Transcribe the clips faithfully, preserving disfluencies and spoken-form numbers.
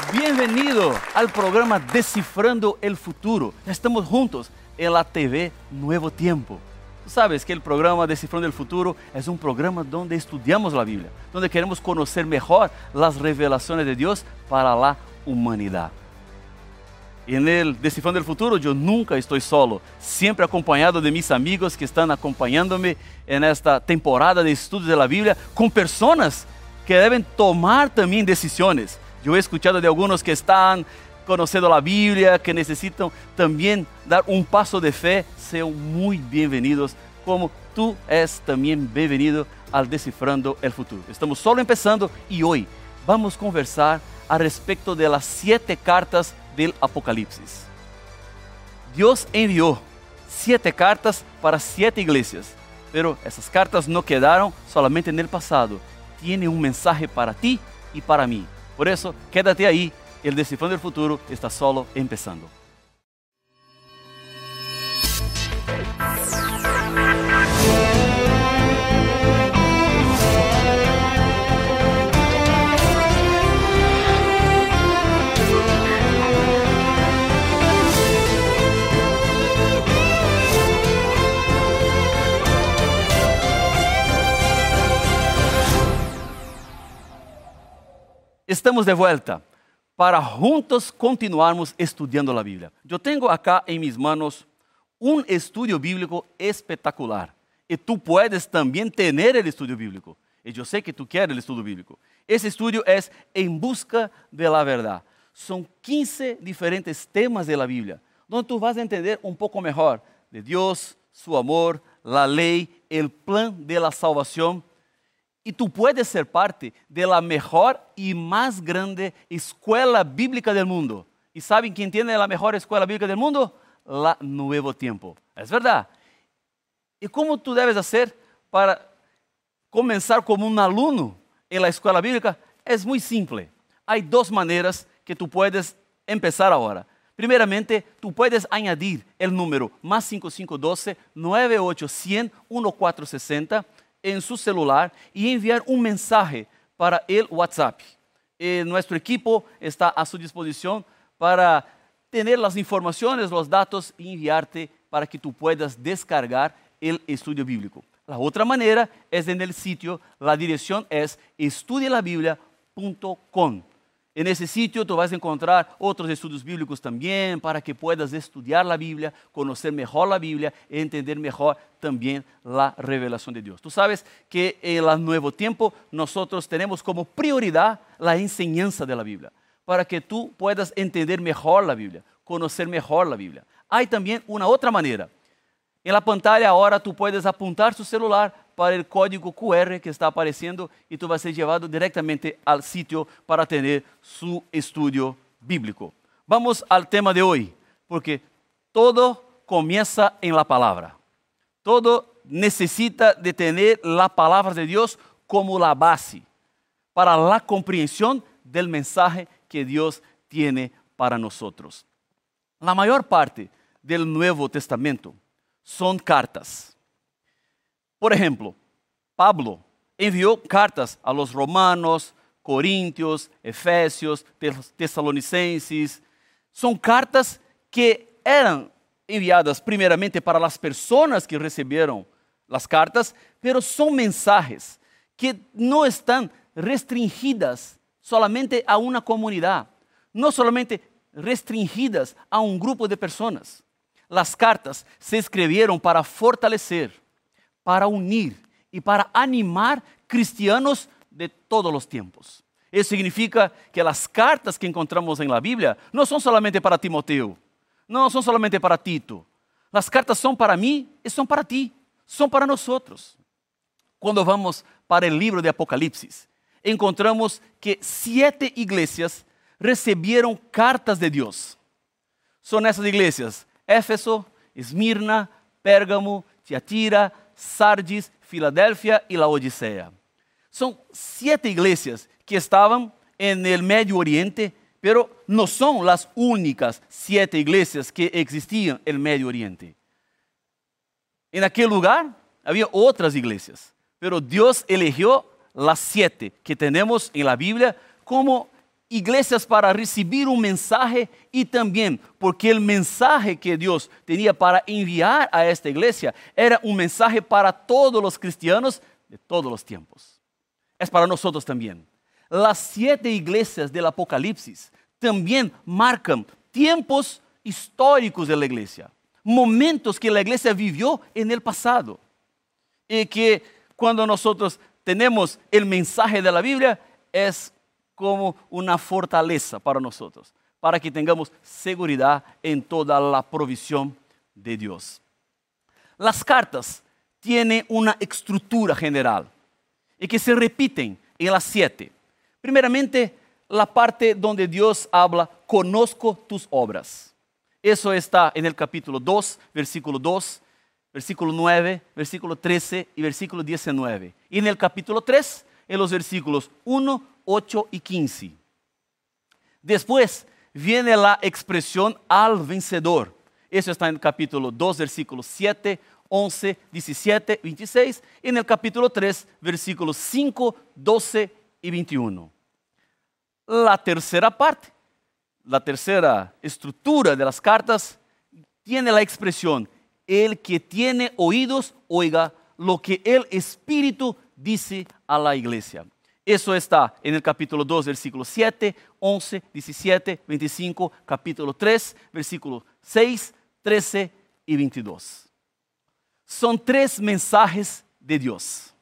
Bienvenido al programa Descifrando el Futuro. Estamos juntos en la T V Nuevo Tiempo. Tú sabes que el programa Descifrando el Futuro es un programa donde estudiamos la Biblia, donde queremos conocer mejor las revelaciones de Dios para la humanidad. En el Descifrando el Futuro yo nunca estoy solo, siempre acompañado de mis amigos que están acompañándome en esta temporada de estudios de la Biblia, con personas que deben tomar también decisiones. Yo he escuchado de algunos que están conociendo la Biblia, que necesitan también dar un paso de fe. Sean muy bienvenidos, como tú es también bienvenido al Descifrando el Futuro. Estamos solo empezando y hoy vamos a conversar a respecto de las siete cartas del Apocalipsis. Dios envió siete cartas para siete iglesias, pero esas cartas no quedaron solamente en el pasado. Tiene un mensaje para ti y para mí. Por eso, quédate ahí, el Descifrando el Futuro está solo empezando. Estamos de vuelta para juntos continuarmos estudiando la Biblia. Yo tengo acá en mis manos un estudio bíblico espectacular. Y tú puedes también tener el estudio bíblico. Y yo sé que tú quieres el estudio bíblico. Ese estudio es En Busca de la Verdad. Son quince diferentes temas de la Biblia, donde tú vas a entender un poco mejor de Dios, su amor, la ley, el plan de la salvación. Y tú puedes ser parte de la mejor y más grande escuela bíblica del mundo. ¿Y saben quién tiene la mejor escuela bíblica del mundo? La Nuevo Tiempo. Es verdad. ¿Y cómo tú debes hacer para comenzar como un alumno en la escuela bíblica? Es muy simple. Hay dos maneras que tú puedes empezar ahora. Primeramente, tú puedes añadir el número más cinco cinco uno dos, nueve ocho cero cero, uno cuatro seis cero en su celular y enviar un mensaje para el WhatsApp. Eh, nuestro equipo está a su disposición para tener las informaciones, los datos y enviarte para que tú puedas descargar el estudio bíblico. La otra manera es en el sitio, la dirección es estudia la biblia punto com. En ese sitio tú vas a encontrar otros estudios bíblicos también para que puedas estudiar la Biblia, conocer mejor la Biblia y entender mejor también la revelación de Dios. Tú sabes que en el Nuevo Tiempo nosotros tenemos como prioridad la enseñanza de la Biblia, para que tú puedas entender mejor la Biblia, conocer mejor la Biblia. Hay también una otra manera. En la pantalla ahora tú puedes apuntar tu celular para el código Q R que está apareciendo y tú vas a ser llevado directamente al sitio para tener su estudio bíblico. Vamos al tema de hoy, porque todo comienza en la palabra. Todo necesita de tener la palabra de Dios como la base para la comprensión del mensaje que Dios tiene para nosotros. La mayor parte del Nuevo Testamento son cartas. Por ejemplo, Pablo envió cartas a los romanos, corintios, efesios, tesalonicenses. Son cartas que eran enviadas primeramente para las personas que recibieron las cartas, pero son mensajes que no están restringidas solamente a una comunidad, no solamente restringidas a un grupo de personas. Las cartas se escribieron para fortalecer, para unir y para animar cristianos de todos los tiempos. Eso significa que las cartas que encontramos en la Biblia no son solamente para Timoteo, no son solamente para Tito. Las cartas son para mí y son para ti, son para nosotros. Cuando vamos para el libro de Apocalipsis, encontramos que siete iglesias recibieron cartas de Dios. Son esas iglesias: Éfeso, Esmirna, Pérgamo, Tiatira, Sardis, Filadelfia y la Odisea. Son siete iglesias que estaban en el Medio Oriente, pero no son las únicas siete iglesias que existían en el Medio Oriente. En aquel lugar había otras iglesias, pero Dios eligió las siete que tenemos en la Biblia como iglesias para recibir un mensaje y también porque el mensaje que Dios tenía para enviar a esta iglesia era un mensaje para todos los cristianos de todos los tiempos. Es para nosotros también. Las siete iglesias del Apocalipsis también marcan tiempos históricos de la iglesia, momentos que la iglesia vivió en el pasado y que cuando nosotros tenemos el mensaje de la Biblia es como una fortaleza para nosotros, para que tengamos seguridad en toda la provisión de Dios. Las cartas tienen una estructura general y que se repiten en las siete. Primeramente, la parte donde Dios habla, conozco tus obras. Eso está en el capítulo dos, versículo dos, versículo nueve, versículo trece y versículo diecinueve. Y en el capítulo tres, en los versículos uno, ocho y quince. Después viene la expresión al vencedor. Eso está en el capítulo dos, versículos siete, once, diecisiete, veintiséis. Y en el capítulo tres, versículos cinco, doce y veintiuno. La tercera parte, la tercera estructura de las cartas, tiene la expresión, el que tiene oídos, oiga lo que el Espíritu dice a la iglesia. Eso está en el capítulo dos, versículos siete, once, diecisiete, veinticinco, capítulo tres, versículos seis, trece y veintidós. Son tres mensajes de Dios.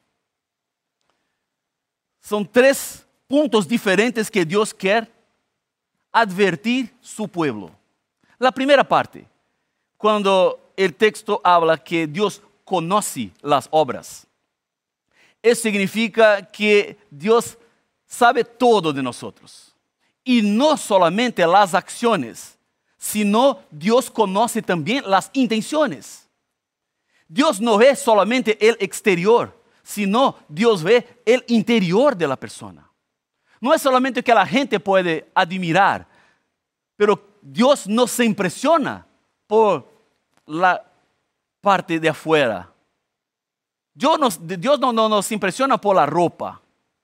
Son tres puntos diferentes que Dios quiere advertir su pueblo. La primera parte, cuando el texto habla que Dios conoce las obras. Eso significa que Dios sabe todo de nosotros. Y no solamente las acciones, sino Dios conoce también las intenciones. Dios no ve solamente el exterior, sino Dios ve el interior de la persona. No es solamente que la gente puede admirar, pero Dios no se impresiona por la parte de afuera. Dios, nos, Dios no, no nos impresiona por la ropa.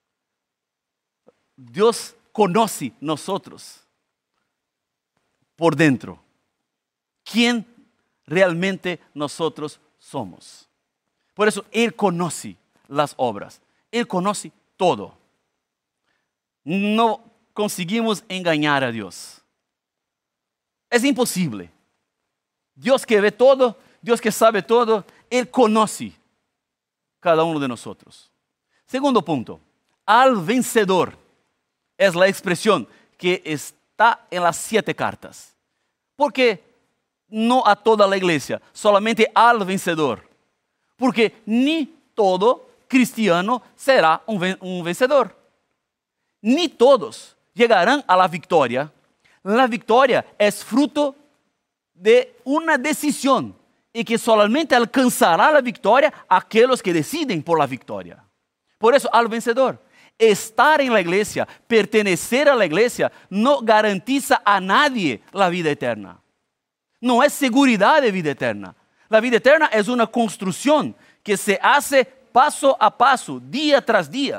Dios conoce nosotros por dentro. ¿Quién realmente nosotros somos? Por eso Él conoce las obras. Él conoce todo. No conseguimos engañar a Dios. Es imposible. Dios que ve todo, Dios que sabe todo, Él conoce cada uno de nosotros. Segundo punto, al vencedor es la expresión que está en las siete cartas. Porque no a toda la iglesia, solamente al vencedor. Porque ni todo cristiano será un, un vencedor. Ni todos llegarán a la victoria. La victoria es fruto de una decisión y que solamente alcanzará la victoria aquellos que deciden por la victoria. Por eso, al vencedor, estar en la iglesia, pertenecer a la iglesia, no garantiza a nadie la vida eterna. No es seguridad de vida eterna. La vida eterna es una construcción que se hace paso a paso, día tras día.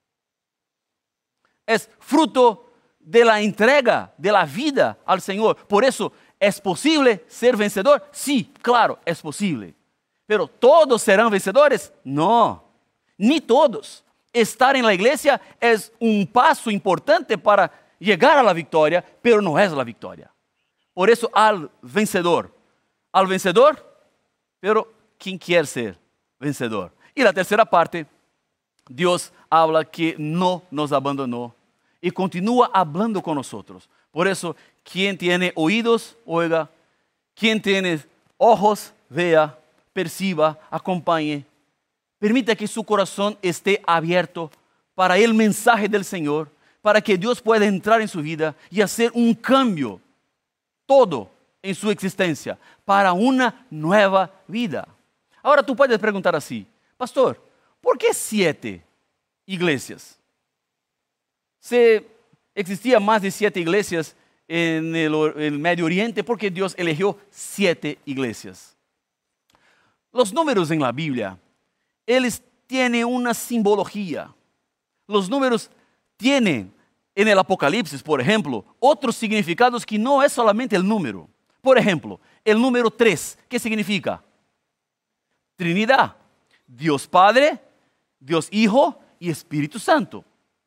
Es fruto de la entrega de la vida al Señor. Por eso, ¿es posible ser vencedor? Sí, claro, es posible. Pero ¿todos serán vencedores? No, ni todos. Estar en la iglesia es un paso importante para llegar a la victoria, pero no es la victoria. Por eso al vencedor, al vencedor, pero ¿quién quiere ser vencedor? Y la tercera parte, Dios habla que no nos abandonó y continúa hablando con nosotros. Por eso, quien tiene oídos, oiga. Quien tiene ojos, vea, perciba, acompañe. Permita que su corazón esté abierto para el mensaje del Señor, para que Dios pueda entrar en su vida y hacer un cambio, todo en su existencia, para una nueva vida. Ahora tú puedes preguntar así, pastor, ¿por qué siete iglesias? Si existían más de siete iglesias en el, el Medio Oriente, ¿por qué Dios eligió siete iglesias? Los números en la Biblia, ellos tienen una simbología. Los números tienen en el Apocalipsis, por ejemplo, otros significados que no es solamente el número. Por ejemplo, el número tres, ¿qué significa? Trinidad. Dios Padre, Dios Hijo y Espíritu Santo.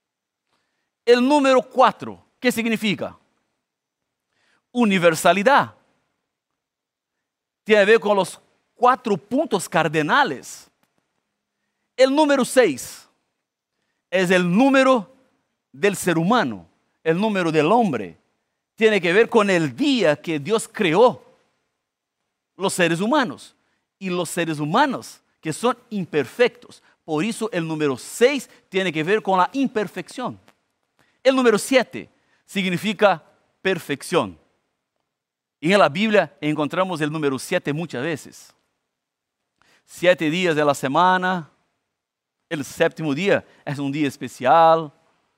El número cuatro, ¿qué significa? Universalidad. Tiene que ver con los cuatro puntos cardenales. El número seis es el número del ser humano, el número del hombre. Tiene que ver con el día que Dios creó los seres humanos. Y los seres humanos que son imperfectos. Por eso el número seis tiene que ver con la imperfección. El número siete significa perfección. Y en la Biblia encontramos el número siete muchas veces. Siete días de la semana. El séptimo día es un día especial.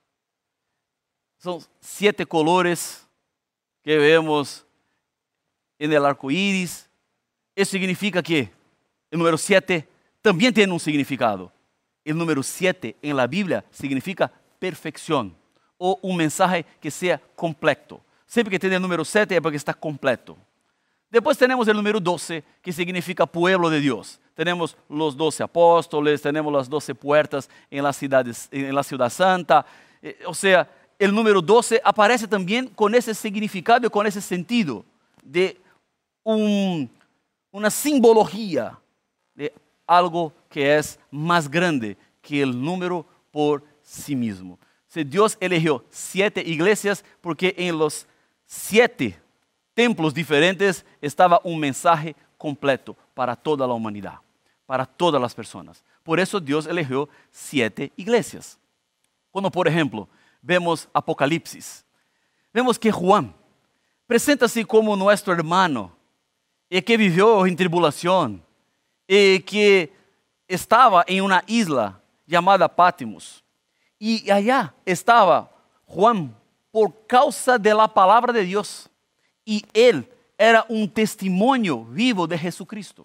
Son siete colores que vemos en el arco iris. Eso significa que el número siete también tiene un significado. El número siete en la Biblia significa perfección o un mensaje que sea completo. Siempre que tiene el número siete es porque está completo. Después tenemos el número doce, que significa pueblo de Dios. Tenemos los doce apóstoles, tenemos las doce puertas en la ciudad, en la ciudad santa. Eh, o sea, el número doce aparece también con ese significado y con ese sentido de un, una simbología de algo que es más grande que el número por sí mismo. Si Dios eligió siete iglesias porque en los siete templos diferentes estaba un mensaje completo para toda la humanidad, para todas las personas. Por eso Dios eligió siete iglesias. Cuando, por ejemplo, vemos Apocalipsis, vemos que Juan presenta-se como nuestro hermano y que vivió en tribulación y que estaba en una isla llamada Patmos. Y allá estaba Juan por causa de la palabra de Dios. Y él era un testimonio vivo de Jesucristo.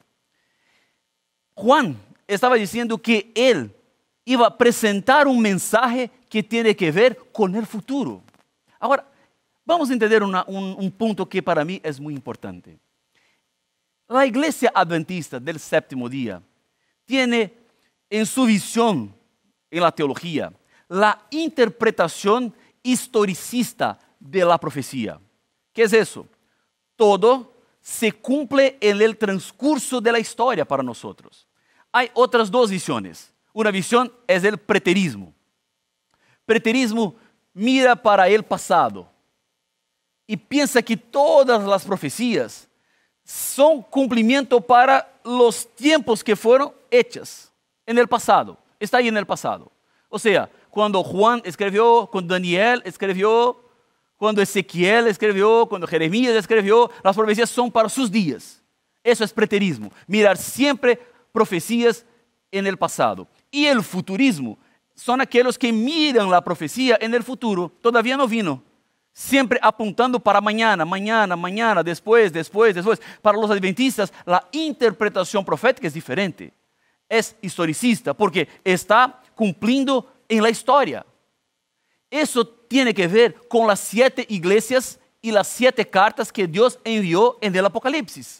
Juan estaba diciendo que él iba a presentar un mensaje que tiene que ver con el futuro. Ahora, vamos a entender una, un, un punto que para mí es muy importante. La iglesia adventista del séptimo día tiene en su visión en la teología la interpretación historicista de la profecía. ¿Qué es eso? Todo se cumple en el transcurso de la historia para nosotros. Hay otras dos visiones. Una visión es el preterismo. Preterismo mira para el pasado y piensa que todas las profecías son cumplimiento para los tiempos que fueron hechas en el pasado. Está ahí en el pasado. O sea, cuando Juan escribió, cuando Daniel escribió, cuando Ezequiel escribió, cuando Jeremías escribió, las profecías son para sus días. Eso es preterismo. Mirar siempre profecías en el pasado. Y el futurismo son aquellos que miran la profecía en el futuro. Todavía no vino. Siempre apuntando para mañana, mañana, mañana, después, después, después. Para los adventistas, la interpretación profética es diferente. Es historicista porque está cumpliendo en la historia. Eso tiene que ver con las siete iglesias y las siete cartas que Dios envió en el Apocalipsis.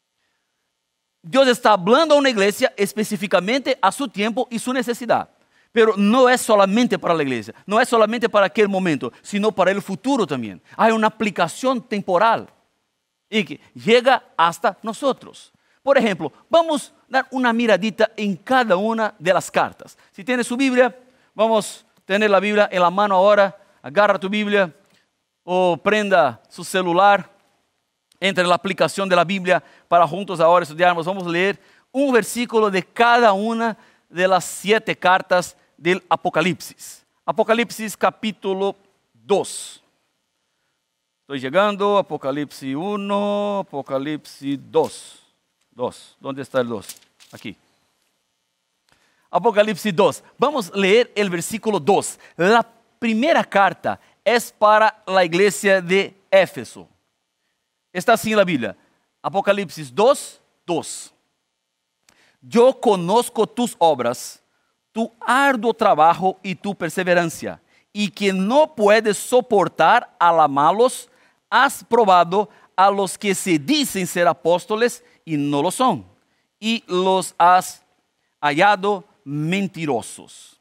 Dios está hablando a una iglesia específicamente a su tiempo y su necesidad. Pero no es solamente para la iglesia, no es solamente para aquel momento, sino para el futuro también. Hay una aplicación temporal y que llega hasta nosotros. Por ejemplo, vamos a dar una miradita en cada una de las cartas. Si tienes su Biblia, vamos a tener la Biblia en la mano ahora. Agarra tu Biblia o prenda su celular. Entre en la aplicación de la Biblia para juntos ahora estudiarmos. Vamos a leer un versículo de cada una de las siete cartas del Apocalipsis. Apocalipsis capítulo dos. Estoy llegando. Apocalipsis uno, Apocalipsis dos. dos. ¿Dónde está el dos? Aquí. Apocalipsis dos. Vamos a leer el versículo dos. La primera carta es para la iglesia de Éfeso. Está así en la Biblia. Apocalipsis dos, dos. Yo conozco tus obras, tu arduo trabajo y tu perseverancia, y que no puedes soportar a los malos, has probado a los que se dicen ser apóstoles y no lo son, y los has hallado mentirosos.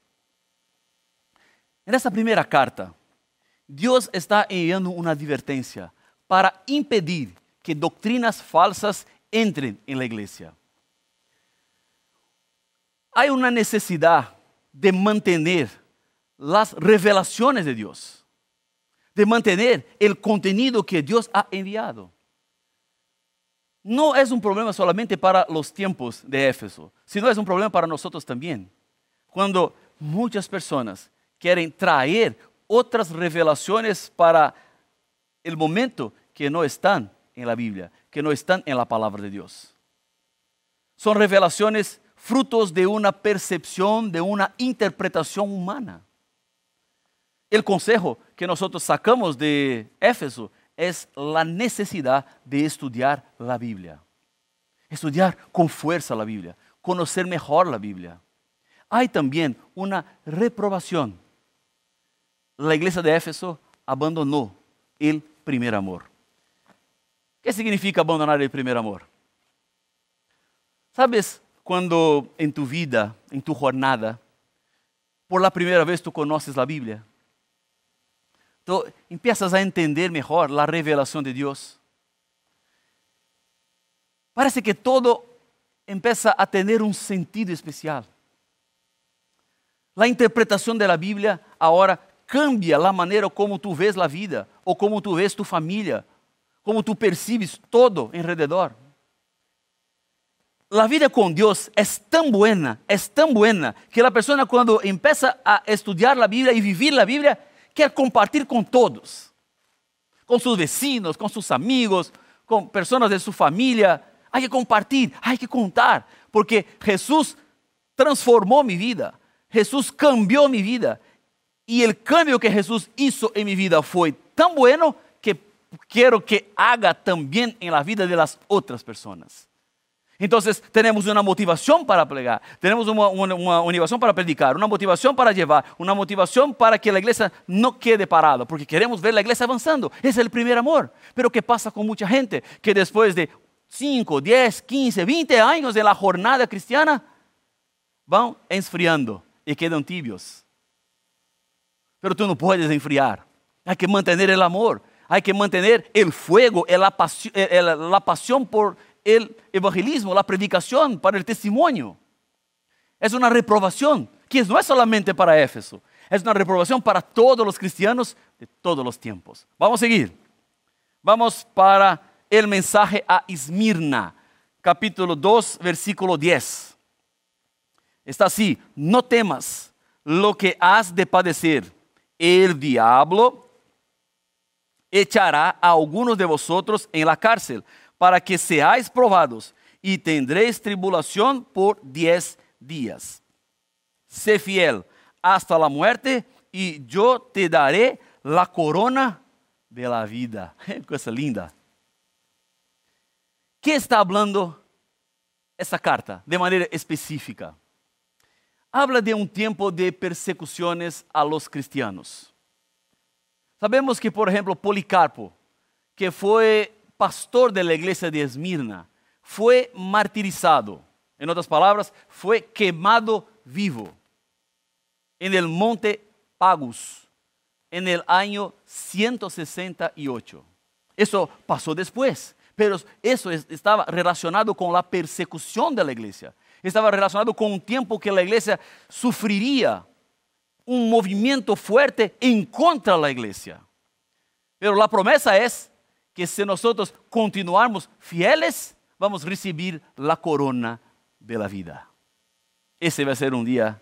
En esta primera carta, Dios está enviando una advertencia para impedir que doctrinas falsas entren en la iglesia. Hay una necesidad de mantener las revelaciones de Dios, de mantener el contenido que Dios ha enviado. No es un problema solamente para los tiempos de Éfeso, sino es un problema para nosotros también. Cuando muchas personas quieren traer otras revelaciones para el momento que no están en la Biblia, que no están en la palabra de Dios. Son revelaciones frutos de una percepción, de una interpretación humana. El consejo que nosotros sacamos de Éfeso es la necesidad de estudiar la Biblia. Estudiar con fuerza la Biblia, conocer mejor la Biblia. Hay también una reprobación. La iglesia de Éfeso abandonó el primer amor. ¿Qué significa abandonar el primer amor? ¿Sabes cuando en tu vida, en tu jornada, por la primera vez tú conoces la Biblia? Tú empiezas a entender mejor la revelación de Dios. Parece que todo empieza a tener un sentido especial. La interpretación de la Biblia ahora cambia la manera como tú ves la vida, o como tú ves tu familia, como tú percibes todo alrededor. La vida con Dios es tan buena, es tan buena, que la persona cuando empieza a estudiar la Biblia y vivir la Biblia, quiere compartir con todos, con sus vecinos, con sus amigos, con personas de su familia. Hay que compartir, hay que contar, porque Jesús transformó mi vida, Jesús cambió mi vida, y el cambio que Jesús hizo en mi vida fue tan bueno que quiero que haga también en la vida de las otras personas. Entonces tenemos una motivación para plegar, tenemos una, una, una motivación para predicar, una motivación para llevar, una motivación para que la iglesia no quede parada, porque queremos ver la iglesia avanzando. Ese es el primer amor. Pero ¿qué pasa con mucha gente que después de cinco, diez, quince, veinte años de la jornada cristiana van enfriando y quedan tibios? Pero tú no puedes enfriar, hay que mantener el amor, hay que mantener el fuego, la pasión, la pasión por el evangelismo, la predicación, para el testimonio. Es una reprobación que no es solamente para Éfeso, es una reprobación para todos los cristianos de todos los tiempos. Vamos a seguir. Vamos para el mensaje a Esmirna, capítulo dos, versículo diez. Está así: no temas lo que has de padecer. El diablo echará a algunos de vosotros en la cárcel, para que seáis probados, y tendréis tribulación por diez días. Sé fiel hasta la muerte, y yo te daré la corona de la vida. Cosa linda. ¿Qué está hablando esta carta de manera específica? Habla de un tiempo de persecuciones a los cristianos. Sabemos que, por ejemplo, Policarpo, que fue pastor de la iglesia de Esmirna, fue martirizado. En otras palabras, fue quemado vivo en el monte Pagus en el año ciento sesenta y ocho. Eso pasó después, pero eso estaba relacionado con la persecución de la iglesia. Estaba relacionado con un tiempo que la iglesia sufriría un movimiento fuerte en contra de la iglesia. Pero la promesa es que si nosotros continuarmos fieles, vamos a recibir la corona de la vida. Ese va a ser un día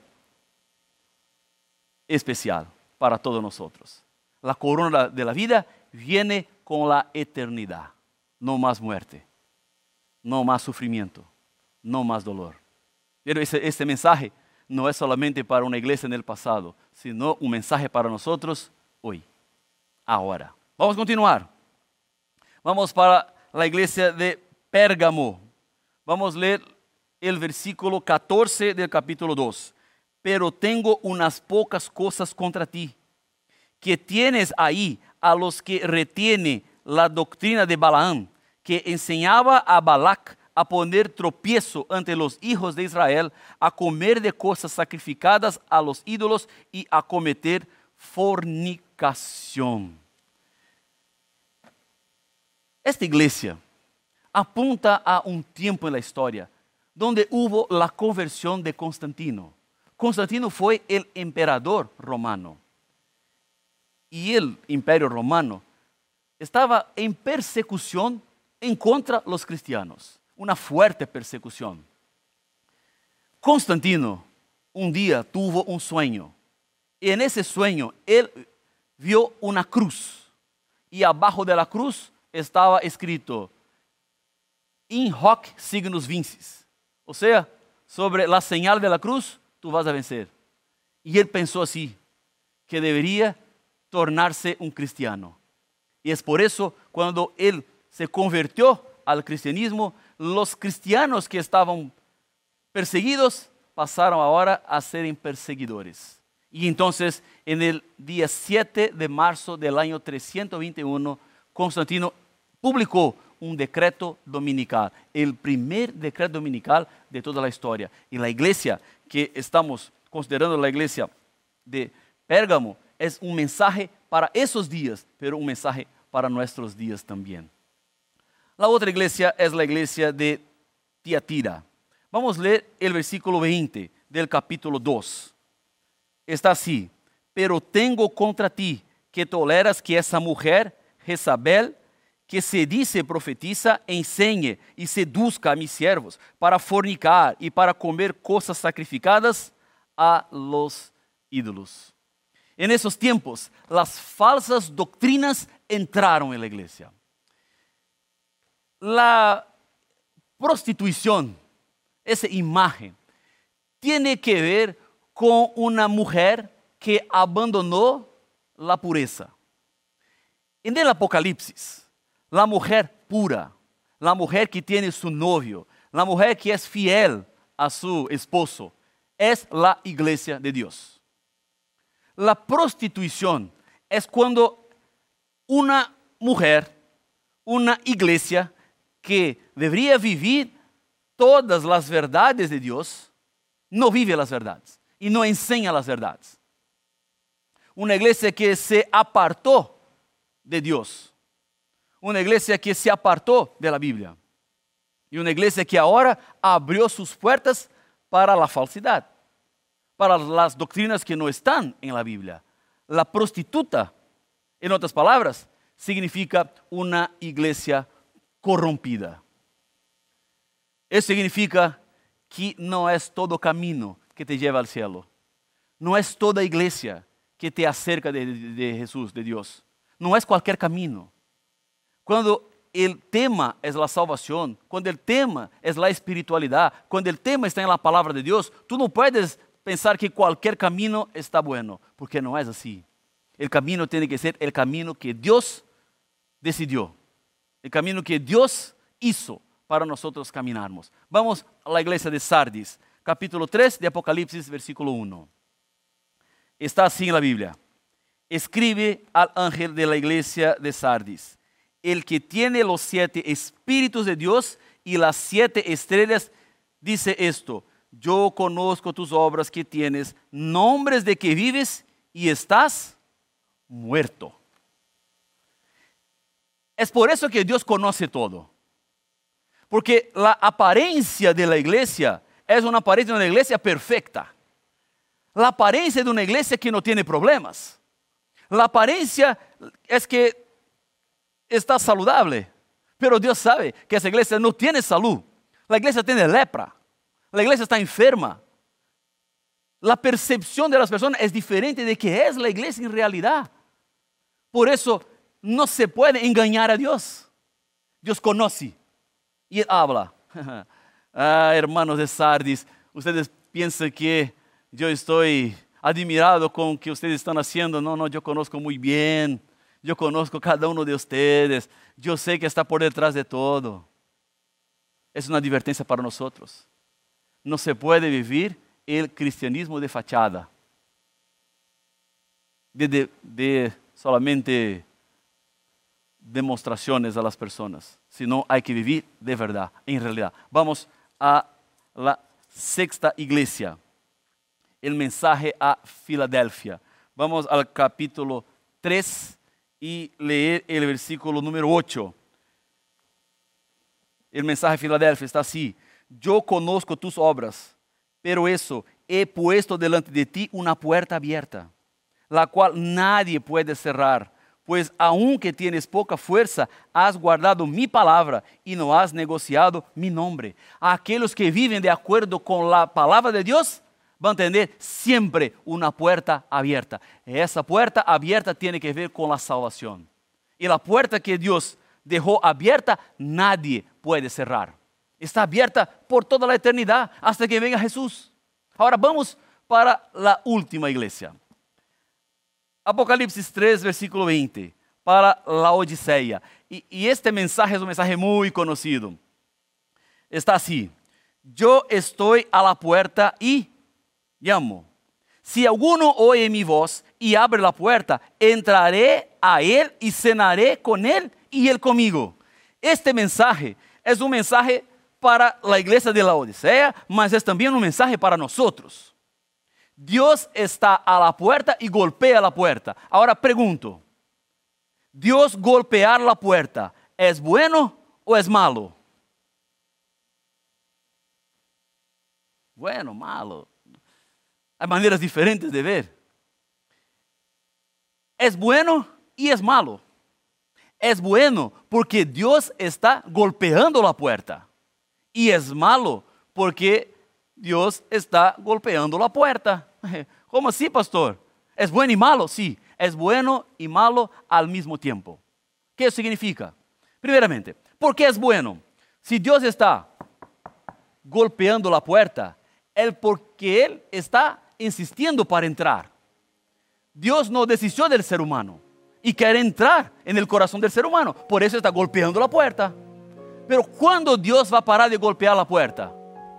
especial para todos nosotros. La corona de la vida viene con la eternidad. No más muerte, no más sufrimiento, no más dolor. Pero ese, este mensaje no es solamente para una iglesia en el pasado, sino un mensaje para nosotros hoy, ahora. Vamos a continuar. Vamos para la iglesia de Pérgamo. Vamos a leer el versículo catorce del capítulo dos. Pero tengo unas pocas cosas contra ti, que tienes ahí a los que retiene la doctrina de Balaam, que enseñaba a Balac a poner tropiezo ante los hijos de Israel, a comer de cosas sacrificadas a los ídolos y a cometer fornicación. Esta iglesia apunta a un tiempo en la historia donde hubo la conversión de Constantino. Constantino fue el emperador romano y el imperio romano estaba en persecución en contra de los cristianos, una fuerte persecución. Constantino un día tuvo un sueño y en ese sueño él vio una cruz y abajo de la cruz estaba escrito in hoc signus vinces, o sea, sobre la señal de la cruz tú vas a vencer. Y él pensó así, que debería tornarse un cristiano. Y es por eso cuando él se convirtió al cristianismo, los cristianos que estaban perseguidos pasaron ahora a ser perseguidores. Y entonces en el día siete de marzo del año trescientos veintiuno, Constantino publicó un decreto dominical, el primer decreto dominical de toda la historia. Y la iglesia que estamos considerando, la iglesia de Pérgamo, es un mensaje para esos días, pero un mensaje para nuestros días también. La otra iglesia es la iglesia de Tiatira. Vamos a leer el versículo veinte del capítulo dos. Está así: pero tengo contra ti que toleras que esa mujer, Jezabel, que se dice profetiza, enseñe y seduzca a mis siervos para fornicar y para comer cosas sacrificadas a los ídolos. En esos tiempos, las falsas doctrinas entraron en la iglesia. La prostitución, esa imagen, tiene que ver con una mujer que abandonó la pureza. En el Apocalipsis, la mujer pura, la mujer que tiene su novio, la mujer que es fiel a su esposo, es la iglesia de Dios. La prostitución es cuando una mujer, una iglesia que debería vivir todas las verdades de Dios, no vive las verdades y no enseña las verdades. Una iglesia que se apartó de Dios. Una iglesia que se apartó de la Biblia. Y una iglesia que ahora abrió sus puertas para la falsedad, para las doctrinas que no están en la Biblia. La prostituta, en otras palabras, significa una iglesia corrompida. Eso significa que no es todo camino que te lleva al cielo. No es toda iglesia que te acerca de, de, de Jesús, de Dios. No es cualquier camino. Cuando el tema es la salvación, cuando el tema es la espiritualidad, cuando el tema está en la palabra de Dios, tú no puedes pensar que cualquier camino está bueno, porque no es así. El camino tiene que ser el camino que Dios decidió, el camino que Dios hizo para nosotros caminarmos. Vamos a la iglesia de Sardis, capítulo tres de Apocalipsis, versículo uno. Está así en la Biblia: escribe al ángel de la iglesia de Sardis, el que tiene los siete espíritus de Dios y las siete estrellas, dice esto: yo conozco tus obras que tienes, nombres de que vives y estás muerto. Es por eso que Dios conoce todo. Porque la apariencia de la iglesia es una apariencia de una iglesia perfecta. La apariencia de una iglesia que no tiene problemas. La apariencia es que está saludable. Pero Dios sabe que esa iglesia no tiene salud. La iglesia tiene lepra. La iglesia está enferma. La percepción de las personas es diferente de que es la iglesia en realidad. Por eso no se puede engañar a Dios. Dios conoce y Él habla. Ah, hermanos de Sardis, ustedes piensan que yo estoy admirado con lo que ustedes están haciendo. No, no, yo conozco muy bien. Yo conozco cada uno de ustedes. Yo sé que está por detrás de todo. Es una advertencia para nosotros. No se puede vivir el cristianismo de fachada. de, de, de solamente demostraciones a las personas, sino hay que vivir de verdad, en realidad. Vamos a la sexta iglesia, el mensaje a Filadelfia. Vamos al capítulo tres y leer el versículo número ocho. El mensaje a Filadelfia está así: yo conozco tus obras, pero eso, he puesto delante de ti una puerta abierta, la cual nadie puede cerrar. Pues aunque tienes poca fuerza, has guardado mi palabra y no has negociado mi nombre. Aquellos que viven de acuerdo con la palabra de Dios van a tener siempre una puerta abierta. Esa puerta abierta tiene que ver con la salvación. Y la puerta que Dios dejó abierta, nadie puede cerrar. Está abierta por toda la eternidad hasta que venga Jesús. Ahora vamos para la última iglesia. Apocalipsis tres, versículo veinte, para la Odisea. Y, y este mensaje es un mensaje muy conocido. Está así: yo estoy a la puerta y llamo. Si alguno oye mi voz y abre la puerta, entraré a él y cenaré con él y él conmigo. Este mensaje es un mensaje para la iglesia de la Odisea, mas es también un mensaje para nosotros. Dios está a la puerta y golpea la puerta. Ahora pregunto, ¿Dios golpear la puerta es bueno o es malo? Bueno, malo. Hay maneras diferentes de ver. Es bueno y es malo. Es bueno porque Dios está golpeando la puerta. Y es malo porque Dios está golpeando la puerta. ¿Cómo así, pastor? ¿Es bueno y malo? Sí, es bueno y malo al mismo tiempo. ¿Qué significa? Primeramente, ¿por qué es bueno? Si Dios está golpeando la puerta, es porque Él está insistiendo para entrar. Dios no desistió del ser humano y quiere entrar en el corazón del ser humano. Por eso está golpeando la puerta. Pero ¿cuándo Dios va a parar de golpear la puerta?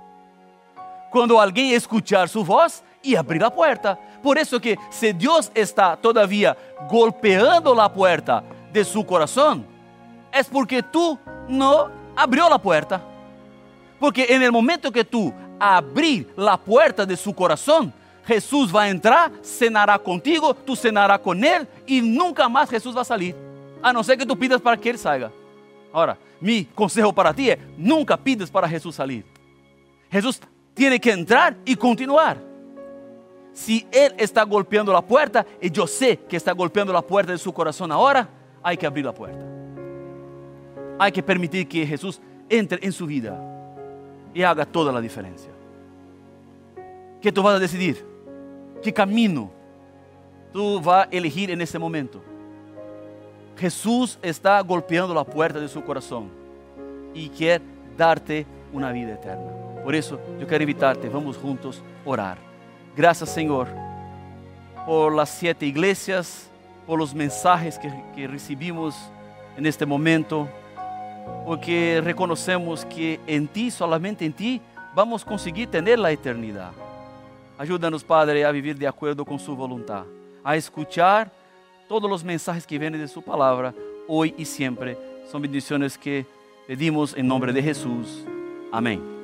Cuando alguien escuchar su voz y abrir la puerta. Por eso que si Dios está todavía golpeando la puerta de su corazón, es porque tú no abrió la puerta. Porque en el momento que tú abrir la puerta de su corazón, Jesús va a entrar, cenará contigo, tú cenarás con Él y nunca más Jesús va a salir. A no ser que tú pidas para que Él salga. Ahora, mi consejo para ti es, nunca pides para Jesús salir. Jesús tiene que entrar y continuar. Si Él está golpeando la puerta, y yo sé que está golpeando la puerta de su corazón ahora, hay que abrir la puerta. Hay que permitir que Jesús entre en su vida y haga toda la diferencia. ¿Qué tú vas a decidir? ¿Qué camino tú vas a elegir en este momento? Jesús está golpeando la puerta de su corazón y quiere darte una vida eterna. Por eso yo quiero invitarte, vamos juntos a orar. Gracias, Señor, por las siete iglesias, por los mensajes que, que recibimos en este momento, porque reconocemos que en ti, solamente en ti, vamos a conseguir tener la eternidad. Ayúdanos, Padre, a vivir de acuerdo con su voluntad, a escuchar todos los mensajes que vienen de su palabra, hoy y siempre. Son bendiciones que pedimos en nombre de Jesús. Amén.